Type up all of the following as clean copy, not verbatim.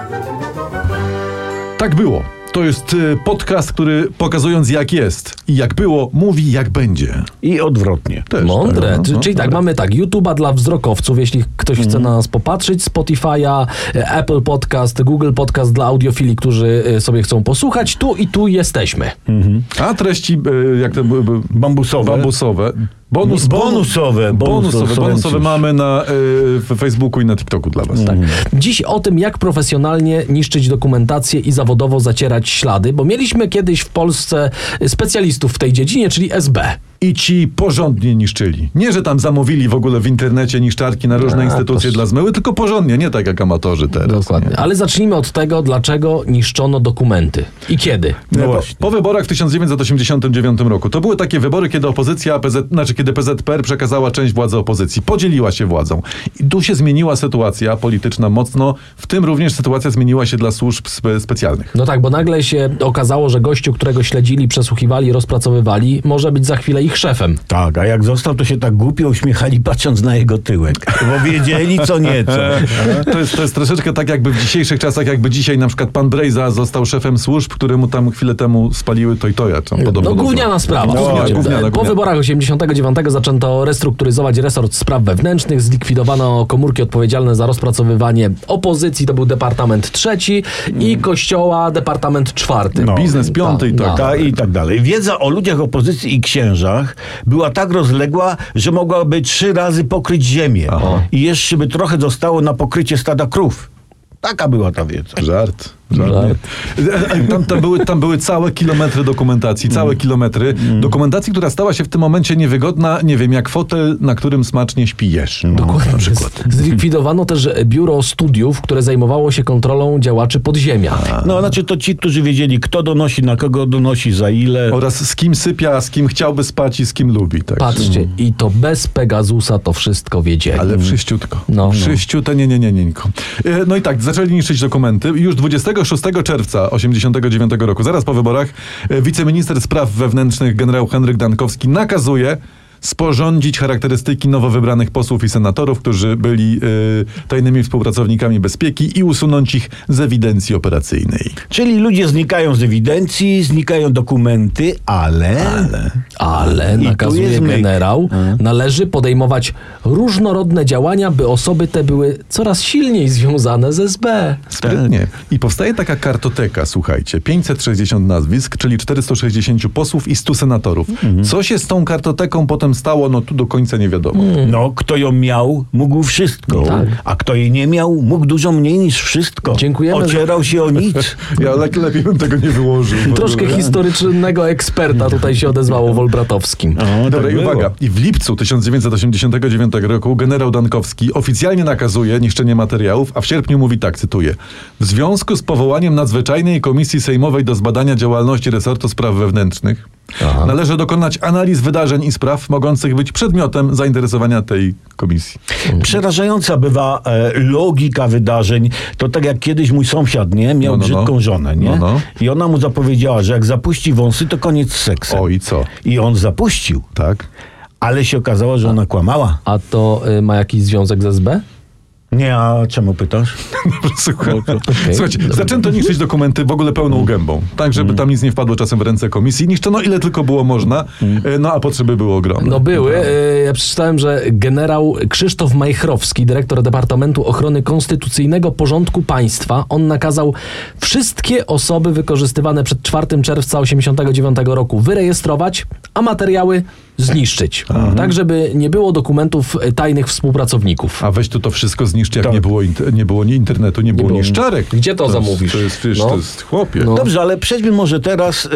Tak było. To jest podcast, który pokazując jak jest i jak było, mówi jak będzie. I odwrotnie. Też, Mądre. tak, Czyli tak, mamy tak, YouTube'a dla wzrokowców, jeśli ktoś chce na nas popatrzeć, Spotify'a, Apple Podcast, Google Podcast dla audiofili, którzy sobie chcą posłuchać. Tu i tu jesteśmy. A treści, jak to były? Bambusowe. Bonusowe Bonusowe mamy na Facebooku i na TikToku dla was. Tak. Dziś o tym, jak profesjonalnie niszczyć dokumentację i zawodowo zacierać ślady, bo mieliśmy kiedyś w Polsce specjalistów w tej dziedzinie, czyli SB. I ci porządnie niszczyli. Nie, że tam zamówili w ogóle w internecie niszczarki na różne instytucje dla zmyły, tylko porządnie, nie tak jak amatorzy teraz. Dokładnie. Nie? Ale zacznijmy od tego, dlaczego niszczono dokumenty i kiedy. Po wyborach w 1989 roku. To były takie wybory, kiedy opozycja, kiedy PZPR przekazała część władzy opozycji. Podzieliła się władzą. I tu się zmieniła sytuacja polityczna mocno, w tym również sytuacja zmieniła się dla służb specjalnych. No tak, bo nagle się okazało, że gościu, którego śledzili, przesłuchiwali, rozpracowywali, może być za chwilę ich szefem. Tak, a jak został, to się tak głupio uśmiechali, patrząc na jego tyłek. Bo wiedzieli co nieco. To jest troszeczkę tak jakby w dzisiejszych czasach, jakby dzisiaj na przykład pan Brejza został szefem służb, któremu tam chwilę temu spaliły Toja. No gówniana sprawa. Po wyborach 89 zaczęto restrukturyzować resort spraw wewnętrznych, zlikwidowano komórki odpowiedzialne za rozpracowywanie opozycji, to był Departament III i Kościoła Departament IV. Biznes 5 i tak dalej. Wiedza o ludziach opozycji i księżach była tak rozległa, że mogłaby 3 razy pokryć ziemię. I jeszcze by trochę zostało na pokrycie stada krów. Taka była ta wiedza. Żart. Tam były całe kilometry dokumentacji, dokumentacji, która stała się w tym momencie niewygodna, nie wiem, jak fotel, na którym smacznie śpijesz. Dokładnie. Na przykład. Zlikwidowano też biuro studiów, które zajmowało się kontrolą działaczy podziemia. Znaczy to ci, którzy wiedzieli, kto donosi, na kogo donosi, za ile. Oraz z kim sypia, z kim chciałby spać i z kim lubi. Tak. Patrzcie, i to bez Pegasusa to wszystko wiedzieli. Ale wszyściutko. Wszyściute, nie. No i tak, zaczęli niszczyć dokumenty. Już 26 czerwca 89 roku, zaraz po wyborach, wiceminister spraw wewnętrznych generał Henryk Dankowski nakazuje sporządzić charakterystyki nowo wybranych posłów i senatorów, którzy byli tajnymi współpracownikami bezpieki i usunąć ich z ewidencji operacyjnej. Czyli ludzie znikają z ewidencji, znikają dokumenty, ale nakazuje generał, należy podejmować różnorodne działania, by osoby te były coraz silniej związane z SB. Sprytnie. I powstaje taka kartoteka, słuchajcie, 560 nazwisk, czyli 460 posłów i 100 senatorów. Co się z tą kartoteką potem stało, tu do końca nie wiadomo. Kto ją miał, mógł wszystko. Tak. A kto jej nie miał, mógł dużo mniej niż wszystko. Dziękujemy. Ocierał się o nic. Ja lepiej bym tego nie wyłożył. Troszkę historycznego eksperta tutaj się odezwało w Olbratowskim. Dobra, i uwaga. I w lipcu 1989 roku generał Dankowski oficjalnie nakazuje niszczenie materiałów, a w sierpniu mówi tak, cytuję: w związku z powołaniem nadzwyczajnej komisji sejmowej do zbadania działalności resortu spraw wewnętrznych należy dokonać analiz wydarzeń i spraw mogących być przedmiotem zainteresowania tej komisji. Przerażająca bywa logika wydarzeń. To tak jak kiedyś mój sąsiad, miał brzydką żonę, I ona mu zapowiedziała, że jak zapuści wąsy, to koniec z seksem. O i co? I on zapuścił. Tak. Ale się okazało, że ona kłamała. A to ma jakiś związek z SB? Nie, a czemu pytasz? Słuchajcie, zaczęto niszczyć dokumenty w ogóle pełną gębą, tak żeby tam nic nie wpadło czasem w ręce komisji. Niszczono ile tylko było można, a potrzeby były ogromne. Były. Ja przeczytałem, że generał Krzysztof Majchrowski, dyrektor Departamentu Ochrony Konstytucyjnego Porządku Państwa, on nakazał wszystkie osoby wykorzystywane przed 4 czerwca 1989 roku wyrejestrować, a materiały zniszczyć. Tak, żeby nie było dokumentów tajnych współpracowników. A weź tu to wszystko zniszcz, jak nie było ni internetu, nie było niszczarek. Gdzie to zamówisz? To jest chłopie. Dobrze, ale przejdźmy może teraz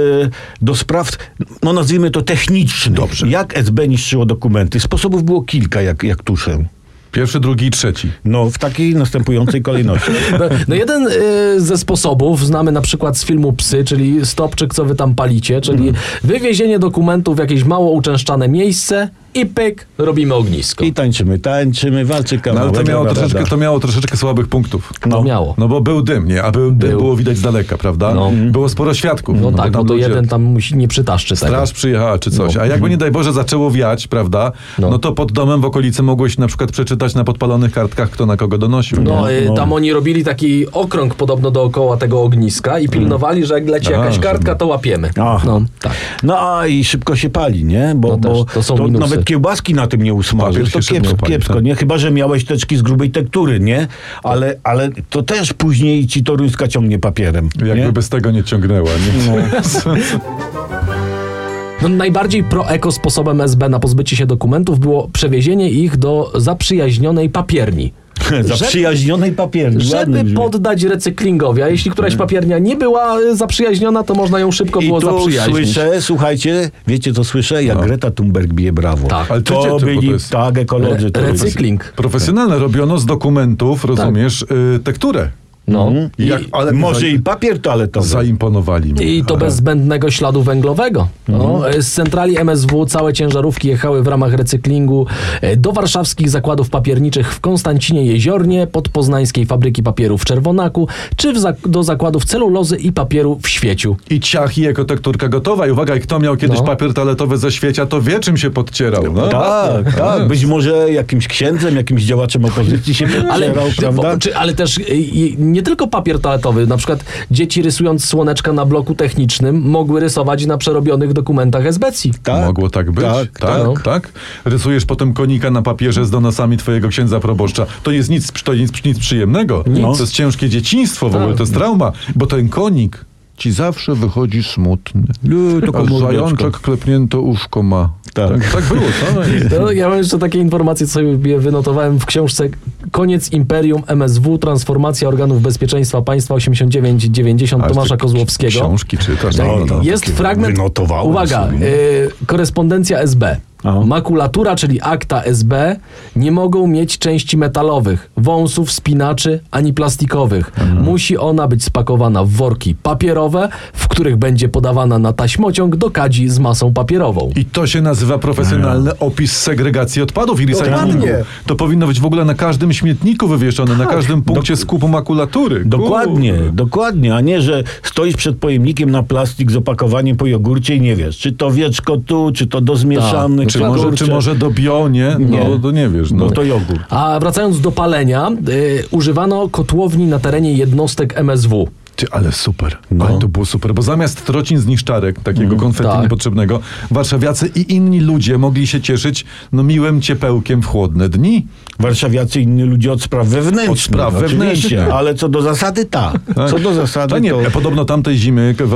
do spraw, nazwijmy to technicznych. Dobrze. Jak SB niszczyło dokumenty? Sposobów było kilka, jak tuszę. Pierwszy, drugi i trzeci. W takiej następującej kolejności. Jeden ze sposobów znamy na przykład z filmu Psy, czyli stopczyk, co wy tam palicie, czyli wywiezienie dokumentów w jakieś mało uczęszczane miejsce i pyk, robimy ognisko. I tańczymy, walczy No, kawałek. ale to miało troszeczkę słabych punktów. No miało. No bo był dym, nie? A dym było widać z daleka, prawda? No. Było sporo świadków. No tak, tam no to ludzie- jeden tam nie przytaszczy tego. Straż przyjechała czy coś. A jakby nie daj Boże zaczęło wiać, prawda? No. No to pod domem w okolicy mogłeś na przykład przeczytać na podpalonych kartkach, kto na kogo donosił. No, nie? tam oni robili taki okrąg podobno dookoła tego ogniska i pilnowali, że jak leci jakaś kartka, to łapiemy. Aha. No, tak. No a i szybko się pali, nie? Bo, No też, bo to są minusy. nawet kiełbaski na tym nie usmażysz. Papier To się szybko pali, kiepsko, tak. nie? Chyba że miałeś teczki z grubej tektury, nie? Ale to też później ci toruńska ciągnie papierem. Jakby nie? bez tego nie ciągnęła. Nie? No, najbardziej pro-eko sposobem SB na pozbycie się dokumentów było przewiezienie ich do zaprzyjaźnionej papierni. Zaprzyjaźnionej papierni. Żeby Ładny brzmi. poddać recyklingowi, a jeśli któraś papiernia nie była zaprzyjaźniona, to można ją szybko I było tu zaprzyjaźnić. słyszę, słuchajcie, wiecie co słyszę? Jak Greta Thunberg bije brawo. Tak. Ale to To gdzie ty, bo byli, to jest tak, ekolodzy. to byli. Recykling. profesjonalne robiono z dokumentów, rozumiesz, tekturę. No. Ale Może i papier toaletowy. zaimponowali mi. I to bez zbędnego śladu węglowego. No, z centrali MSW całe ciężarówki jechały w ramach recyklingu do warszawskich zakładów papierniczych w Konstancinie Jeziornie, pod poznańskiej fabryki papieru w Czerwonaku, czy do zakładów celulozy i papieru w Świeciu. I ciach i ekotekturka gotowa. I uwaga, jak kto miał kiedyś No. papier toaletowy ze Świecia, to wie czym się podcierał. No? Tak. Być może jakimś księdzem, jakimś działaczem opozycji się podcierał, prawda? Ale też nie tylko papier toaletowy. Na przykład dzieci rysując słoneczka na bloku technicznym mogły rysować na przerobionych dokumentach esbecji. Tak. Mogło tak być? Tak, no. tak. Rysujesz potem konika na papierze z donosami twojego księdza proboszcza. To jest nic przyjemnego. To jest ciężkie dzieciństwo w ogóle, to jest trauma. Bo ten konik ci zawsze wychodzi smutny. To A zajączek klepnięto uszko ma. Tak. Tak było, co? No, ja mam jeszcze takie informacje, co sobie wynotowałem w książce Koniec Imperium MSW, transformacja organów bezpieczeństwa państwa 89-90 Tomasza Kozłowskiego. Książki czytasz. Jest fragment, wynotowałem uwaga, sobie. korespondencja SB. Aha. Makulatura, czyli akta SB, nie mogą mieć części metalowych, wąsów, spinaczy, ani plastikowych. Musi ona być spakowana w worki papierowe, w których będzie podawana na taśmociąg do kadzi z masą papierową. I to się nazywa profesjonalny opis segregacji odpadów i recyklingu. Dokładnie. To powinno być w ogóle na każdym śmietniku wywieszone, na każdym punkcie skupu makulatury. Dokładnie, a nie, że stoisz przed pojemnikiem na plastik z opakowaniem po jogurcie i nie wiesz, czy to wieczko tu, czy to do zmieszanych, Czy może do bio, nie? No to nie wiesz. No to jogurt. A wracając do palenia, używano kotłowni na terenie jednostek MSW. Ale super. Ale to było super, bo zamiast trocin z niszczarek, takiego konfetti tak. niepotrzebnego, warszawiacy i inni ludzie mogli się cieszyć miłym ciepełkiem w chłodne dni. Warszawiacy inni ludzie od spraw wewnętrznych. Od spraw oczywiście, wewnętrznych. ale co do zasady tak. Co do zasady To nie, podobno tamtej zimy w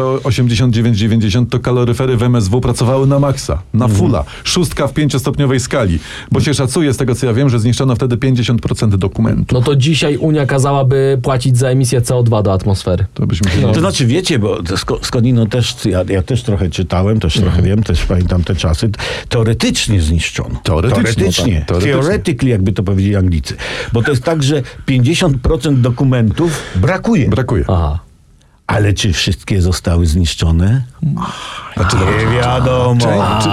89-90 to kaloryfery w MSW pracowały na maksa, na fulla. 6 w 5-stopniowej skali, bo się szacuje, z tego co ja wiem, że zniszczono wtedy 50% dokumentu. No to dzisiaj Unia kazałaby płacić za emisję CO2 do atmosfery. To byśmy się... To znaczy, wiecie, bo skądinąd też, ja też trochę czytałem, też trochę wiem, też pamiętam te czasy, teoretycznie zniszczono. Teoretycznie. Theoretically, jakby to powiedzieli Anglicy. Bo to jest tak, że 50% dokumentów brakuje. Aha. Ale czy wszystkie zostały zniszczone? Nie wiadomo.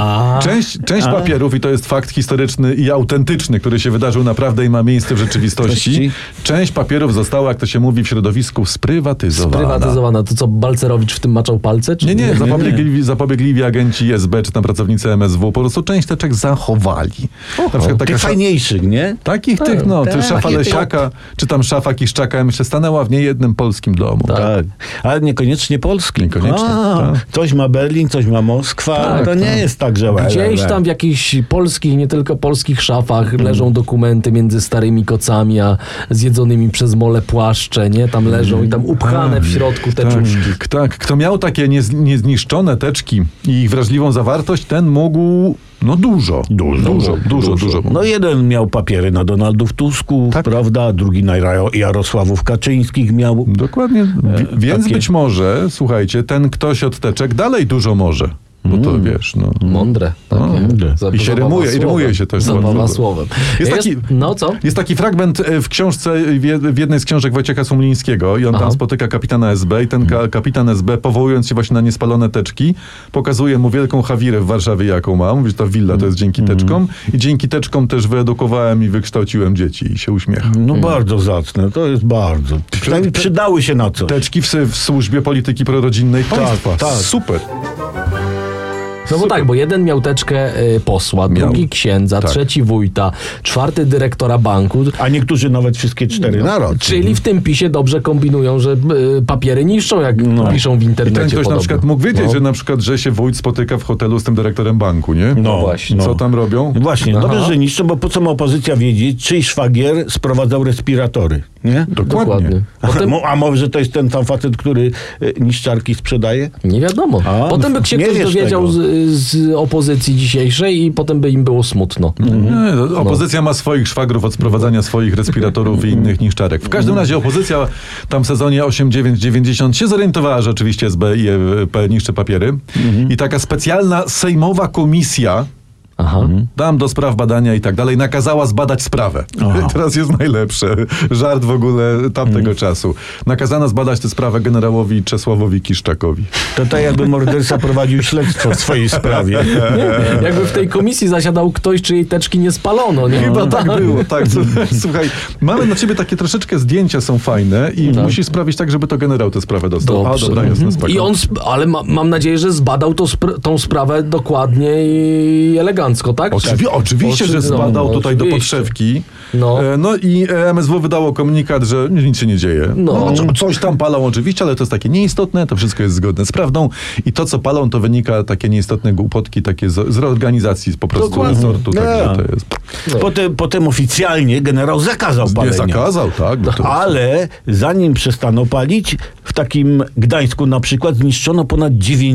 Część papierów, i to jest fakt historyczny i autentyczny, który się wydarzył naprawdę i ma miejsce w rzeczywistości, część papierów została, jak to się mówi w środowisku, sprywatyzowana. To co, Balcerowicz w tym maczał palce? Czy Nie, zapobiegliwi agenci SB, czy tam pracownicy MSW, po prostu część teczek zachowali. Na przykład Tych fajniejszych, nie? Takich tych, czy szafa Lesiaka, czy tam szafa Kiszczaka, myślę, stanęła w niejednym polskim domu. Tak. Ale niekoniecznie polskim. Niekoniecznie, tak. Coś ma Berlin, coś ma Moskwa. Tak, to nie jest tak, że... Gdzieś tam w jakichś polskich, nie tylko polskich szafach leżą dokumenty między starymi kocami, a zjedzonymi przez mole płaszcze, nie? Tam leżą i tam upchane w środku teczuszki. Tak. Kto miał takie niezniszczone teczki i ich wrażliwą zawartość, ten mógł dużo. No jeden miał papiery na Donaldów Tusku, prawda? A drugi na Jarosławów Kaczyńskich miał. Dokładnie. Więc takie. być może, słuchajcie, ten ktoś od teczek dalej dużo może. bo to wiesz, no. Mądre. Takie. mądre. I się rymuje się też. Zabawa słowem. No co? Jest taki fragment w książce, w jednej z książek Wojciecha Sumlińskiego i on tam spotyka kapitana SB i ten kapitan SB, powołując się właśnie na niespalone teczki, pokazuje mu wielką Hawirę w Warszawie, jaką mam. Mówi, że ta willa to jest dzięki teczkom i dzięki teczkom też wyedukowałem i wykształciłem dzieci i się uśmiecha. No bardzo zacne, to jest bardzo. Przynajmniej przydały się na coś. Teczki w służbie polityki prorodzinnej państwa. tak. Super. No bo tak, bo jeden miał teczkę posła, drugi księdza, trzeci wójta, czwarty dyrektora banku. A niektórzy nawet wszystkie 4 naraz. Czyli w tym PiSie dobrze kombinują, że papiery niszczą, jak piszą w I internecie. ten ktoś podobno. na przykład mógł wiedzieć, że na przykład, że się wójt spotyka w hotelu z tym dyrektorem banku, nie? No właśnie. Co tam robią? Właśnie, dobrze, że niszczą, bo po co ma opozycja wiedzieć, czyj szwagier sprowadzał respiratory, nie? Dokładnie. Potem, A może to jest ten tam facet, który niszczarki sprzedaje? nie wiadomo. Potem by się nie ktoś wiesz dowiedział tego. z opozycji dzisiejszej i potem by im było smutno. Nie, opozycja ma swoich szwagrów od sprowadzania swoich respiratorów i innych niszczarek. W każdym razie opozycja tam w sezonie 8-9-90 się zorientowała, że oczywiście SB i EWP niszczy papiery. I taka specjalna sejmowa komisja tam do spraw badania i tak dalej nakazała zbadać sprawę. Teraz jest najlepsze. Żart w ogóle tamtego czasu. Nakazano zbadać tę sprawę generałowi Czesławowi Kiszczakowi. To tak jakby morderca prowadził śledztwo w swojej sprawie. Jakby w tej komisji zasiadał ktoś, czyjej teczki nie spalono. Nie? Chyba tak było. Tak. Słuchaj, mamy na ciebie takie troszeczkę zdjęcia są fajne i musisz sprawić tak, żeby to generał tę sprawę dostał. Dobrze. A, dobra, jasne, spoko. I on, ale mam nadzieję, że zbadał tą sprawę dokładnie i elegancko, tak? Oczywiście, że zbadał tutaj do oczywiście. podszewki. No. No i MSW wydało komunikat, że nic się nie dzieje. No. Coś tam palą oczywiście, ale to jest takie nieistotne, to wszystko jest zgodne z prawdą i to, co palą, to wynika takie nieistotne głupotki, takie z reorganizacji po prostu Dokładnie. resortu. No. Także to jest... Potem oficjalnie generał zakazał Nie palenia. zakazał, tak. Bo to... Ale zanim przestano palić, w takim Gdańsku na przykład zniszczono ponad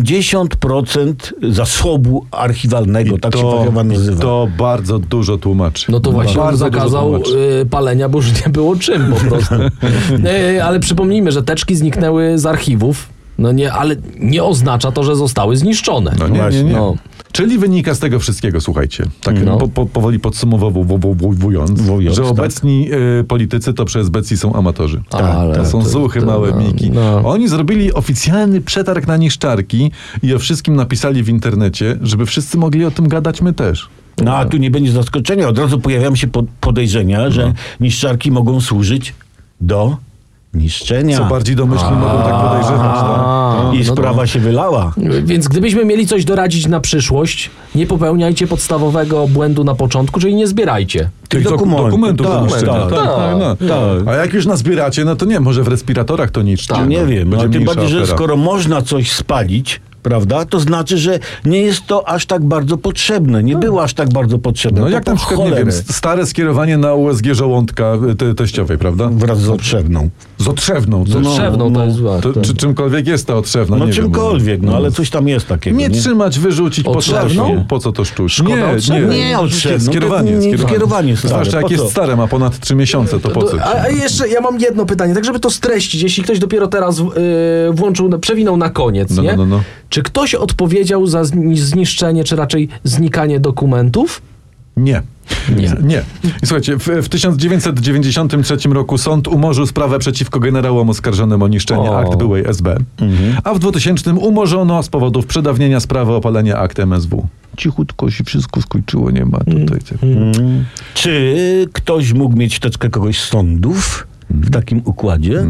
90% zasobu archiwalnego, tak się fachowo nazywa. To bardzo dużo tłumaczy. No to właśnie on Bardzo dużo zakazał tłumaczy. palenia, bo już nie było czym po prostu. Ale przypomnijmy, że teczki zniknęły z archiwów, no nie, ale nie oznacza to, że zostały zniszczone. No nie. No. Czyli wynika z tego wszystkiego, słuchajcie, tak No. powoli podsumowując, że obecni politycy to przez Betsy są amatorzy. Ale to są zuchy, małe miki. no. Oni zrobili oficjalny przetarg na niszczarki i o wszystkim napisali w internecie, żeby wszyscy mogli o tym gadać, my też. No a tu nie będzie zaskoczenia. Od razu pojawiają się podejrzenia, że niszczarki mogą służyć do niszczenia. Co bardziej domyślni mogą tak podejrzewać. Tak? I sprawa się wylała. Więc gdybyśmy mieli coś doradzić na przyszłość, nie popełniajcie podstawowego błędu na początku, czyli nie zbierajcie. Tych dokumentów do tak, niszczenia. tak, Tak. A jak już nazbieracie, no to nie, może w respiratorach to niszczcie. Tak, Nie wiem, Będzie ale tym mniejsza bardziej, że afera. skoro można coś spalić, prawda, to znaczy, że nie jest to aż tak bardzo potrzebne. Nie było aż tak bardzo potrzebne. No To jak po na przykład, nie cholerę. wiem, stare skierowanie na USG żołądka teściowej, prawda? Wraz z otrzewną. Z otrzewną. Z otrzewną to jest zła. To, czy czymkolwiek jest ta otrzewna, No nie czymkolwiek, wiem. ale coś tam jest takiego. Nie trzymać, wyrzucić, Otrzewną? potrzebną. Po co to sztuć? Szkoda otrzewnej. Nie, otrzewną. Skierowanie. Skierowanie stare. Zwłaszcza jak Po jest co? stare, ma ponad 3 miesiące, to po co? A jeszcze ja mam jedno pytanie, tak żeby to streścić, jeśli ktoś dopiero teraz przewinął na koniec, No, nie? no. Czy ktoś odpowiedział za zniszczenie, czy raczej znikanie dokumentów? Nie. Nie. I słuchajcie, w 1993 roku sąd umorzył sprawę przeciwko generałom oskarżonym o niszczenie akt byłej SB, a w 2000 umorzono z powodów przedawnienia sprawy o palenie akt MSW. Cichutko się wszystko skończyło, nie ma tutaj. Czy ktoś mógł mieć teczkę kogoś z sądów w takim układzie?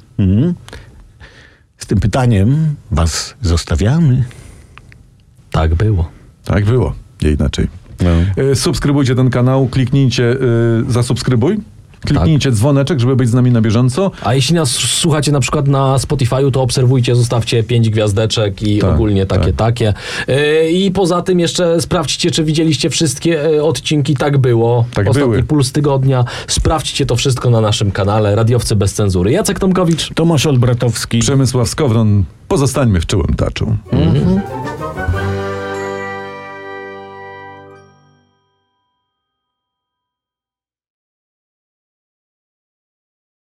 Z tym pytaniem was zostawiamy. Tak było. Tak było, nie inaczej. Subskrybujcie ten kanał, kliknijcie zasubskrybuj, kliknijcie dzwoneczek, żeby być z nami na bieżąco. A jeśli nas słuchacie na przykład na Spotify'u, to obserwujcie, zostawcie 5 gwiazdeczek i Tak, ogólnie takie. I poza tym jeszcze sprawdźcie, czy widzieliście wszystkie odcinki. Tak było. Tak Ostatni były. Puls Tygodnia. Sprawdźcie to wszystko na naszym kanale Radiowcy Bez Cenzury. Jacek Tomkowicz. Tomasz Olbratowski. Przemysław Skowron, pozostańmy w czułym taczu.